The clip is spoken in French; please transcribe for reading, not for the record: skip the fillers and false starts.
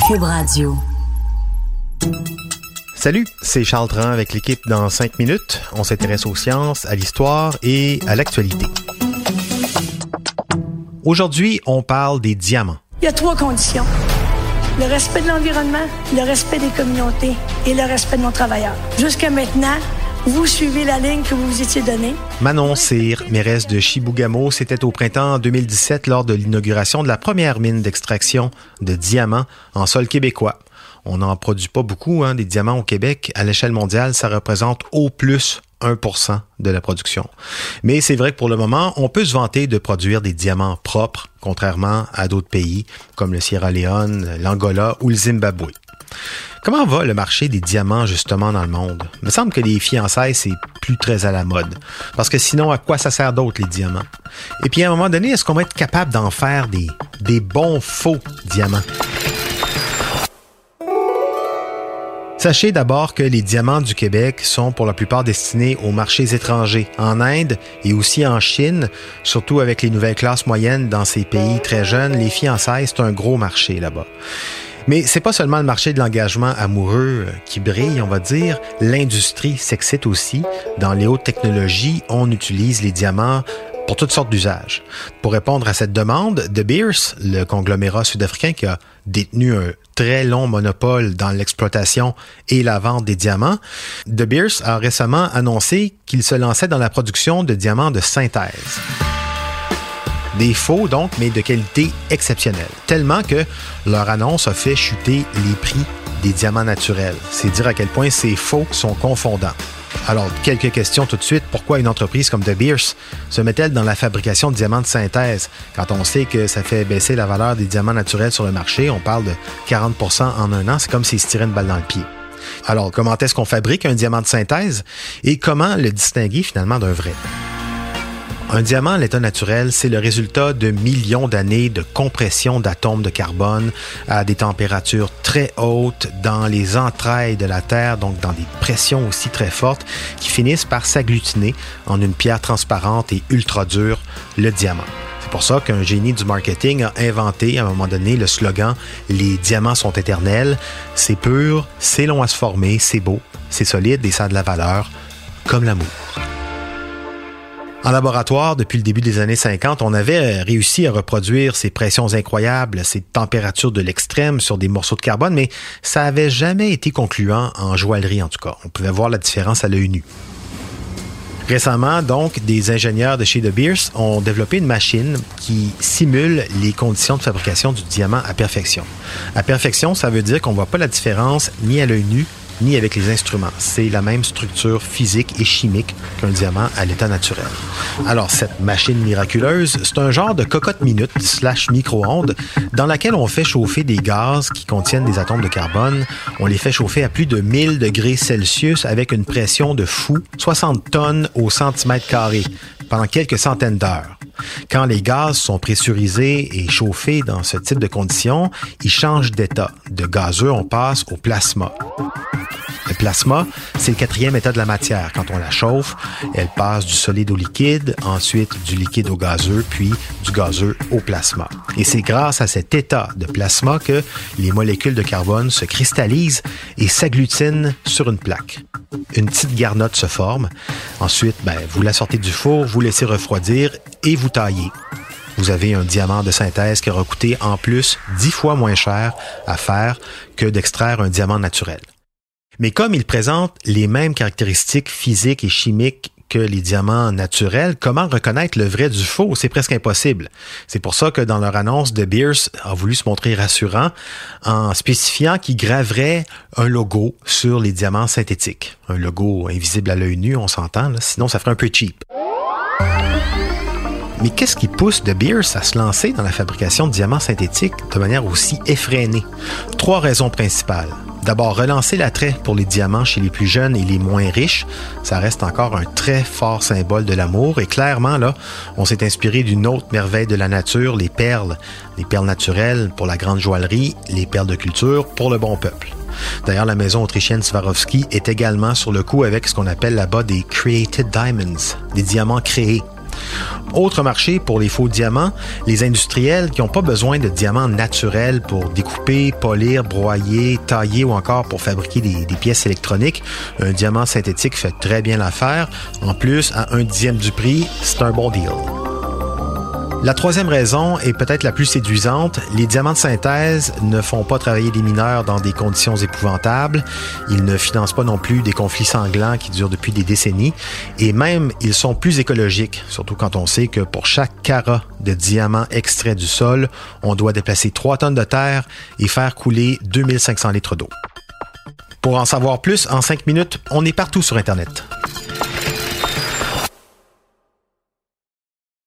Cube Radio. Salut, c'est Charles Tran avec l'équipe dans 5 minutes. On s'intéresse aux sciences, à l'histoire et à l'actualité. Aujourd'hui, on parle des diamants. Il y a 3 conditions. Le respect de l'environnement, le respect des communautés et le respect de nos travailleurs. Jusqu'à maintenant, vous suivez la ligne que vous vous étiez donnée. Manon Cyr, mairesse de Chibougamau, c'était au printemps 2017 lors de l'inauguration de la première mine d'extraction de diamants en sol québécois. On n'en produit pas beaucoup, des diamants au Québec. À l'échelle mondiale, ça représente au plus 1% de la production. Mais c'est vrai que pour le moment, on peut se vanter de produire des diamants propres, contrairement à d'autres pays comme le Sierra Leone, l'Angola ou le Zimbabwe. Comment va le marché des diamants justement dans le monde? Il me semble que les fiançailles, c'est plus très à la mode. Parce que sinon, à quoi ça sert d'autre les diamants? Et puis à un moment donné, est-ce qu'on va être capable d'en faire des bons faux diamants? Sachez d'abord que les diamants du Québec sont pour la plupart destinés aux marchés étrangers, en Inde et aussi en Chine, surtout avec les nouvelles classes moyennes dans ces pays très jeunes. Les fiançailles, c'est un gros marché là-bas. Mais c'est pas seulement le marché de l'engagement amoureux qui brille, on va dire. L'industrie s'excite aussi. Dans les hautes technologies, on utilise les diamants pour toutes sortes d'usages. Pour répondre à cette demande, De Beers, le conglomérat sud-africain qui a détenu un très long monopole dans l'exploitation et la vente des diamants, De Beers a récemment annoncé qu'il se lançait dans la production de diamants de synthèse. Des faux, donc, mais de qualité exceptionnelle. Tellement que leur annonce a fait chuter les prix des diamants naturels. C'est dire à quel point ces faux sont confondants. Alors, quelques questions tout de suite. Pourquoi une entreprise comme De Beers se met-elle dans la fabrication de diamants de synthèse? Quand on sait que ça fait baisser la valeur des diamants naturels sur le marché, on parle de 40% en un an, c'est comme s'ils se tiraient une balle dans le pied. Alors, comment est-ce qu'on fabrique un diamant de synthèse? Et comment le distinguer finalement d'un vrai? Un diamant à l'état naturel, c'est le résultat de millions d'années de compression d'atomes de carbone à des températures très hautes dans les entrailles de la Terre, donc dans des pressions aussi très fortes, qui finissent par s'agglutiner en une pierre transparente et ultra dure, le diamant. C'est pour ça qu'un génie du marketing a inventé à un moment donné le slogan « Les diamants sont éternels ». C'est pur, c'est long à se former, c'est beau, c'est solide et ça a de la valeur, comme l'amour. En laboratoire, depuis le début des années 50, on avait réussi à reproduire ces pressions incroyables, ces températures de l'extrême sur des morceaux de carbone, mais ça n'avait jamais été concluant en joaillerie en tout cas. On pouvait voir la différence à l'œil nu. Récemment, donc, des ingénieurs de chez De Beers ont développé une machine qui simule les conditions de fabrication du diamant à perfection. À perfection, ça veut dire qu'on ne voit pas la différence ni à l'œil nu, ni avec les instruments. C'est la même structure physique et chimique qu'un diamant à l'état naturel. Alors, cette machine miraculeuse, c'est un genre de cocotte minute / micro-ondes dans laquelle on fait chauffer des gaz qui contiennent des atomes de carbone. On les fait chauffer à plus de 1000 degrés Celsius avec une pression de fou, 60 tonnes au centimètre carré, pendant quelques centaines d'heures. Quand les gaz sont pressurisés et chauffés dans ce type de conditions, ils changent d'état. De gazeux, on passe au plasma. Le plasma, c'est le 4e état de la matière. Quand on la chauffe, elle passe du solide au liquide, ensuite du liquide au gazeux, puis du gazeux au plasma. Et c'est grâce à cet état de plasma que les molécules de carbone se cristallisent et s'agglutinent sur une plaque. Une petite garnotte se forme. Ensuite, vous la sortez du four, vous laissez refroidir et vous taillez. Vous avez un diamant de synthèse qui aura coûté en plus 10 fois moins cher à faire que d'extraire un diamant naturel. Mais comme il présente les mêmes caractéristiques physiques et chimiques que les diamants naturels, comment reconnaître le vrai du faux? C'est presque impossible. C'est pour ça que dans leur annonce, De Beers a voulu se montrer rassurant en spécifiant qu'il graverait un logo sur les diamants synthétiques. Un logo invisible à l'œil nu, on s'entend, là, sinon ça ferait un peu cheap. Mais qu'est-ce qui pousse De Beers à se lancer dans la fabrication de diamants synthétiques de manière aussi effrénée? 3 raisons principales. D'abord, relancer l'attrait pour les diamants chez les plus jeunes et les moins riches. Ça reste encore un très fort symbole de l'amour. Et clairement, là, on s'est inspiré d'une autre merveille de la nature, les perles. Les perles naturelles pour la grande joaillerie, les perles de culture pour le bon peuple. D'ailleurs, la maison autrichienne Swarovski est également sur le coup avec ce qu'on appelle là-bas des Created Diamonds, des diamants créés. Autre marché pour les faux diamants, les industriels qui n'ont pas besoin de diamants naturels pour découper, polir, broyer, tailler ou encore pour fabriquer des pièces électroniques. Un diamant synthétique fait très bien l'affaire. En plus, à 1/10 du prix, c'est un bon deal. La troisième raison est peut-être la plus séduisante. Les diamants de synthèse ne font pas travailler des mineurs dans des conditions épouvantables. Ils ne financent pas non plus des conflits sanglants qui durent depuis des décennies. Et même, ils sont plus écologiques, surtout quand on sait que pour chaque carat de diamant extrait du sol, on doit déplacer 3 tonnes de terre et faire couler 2500 litres d'eau. Pour en savoir plus, en 5 minutes, on est partout sur Internet.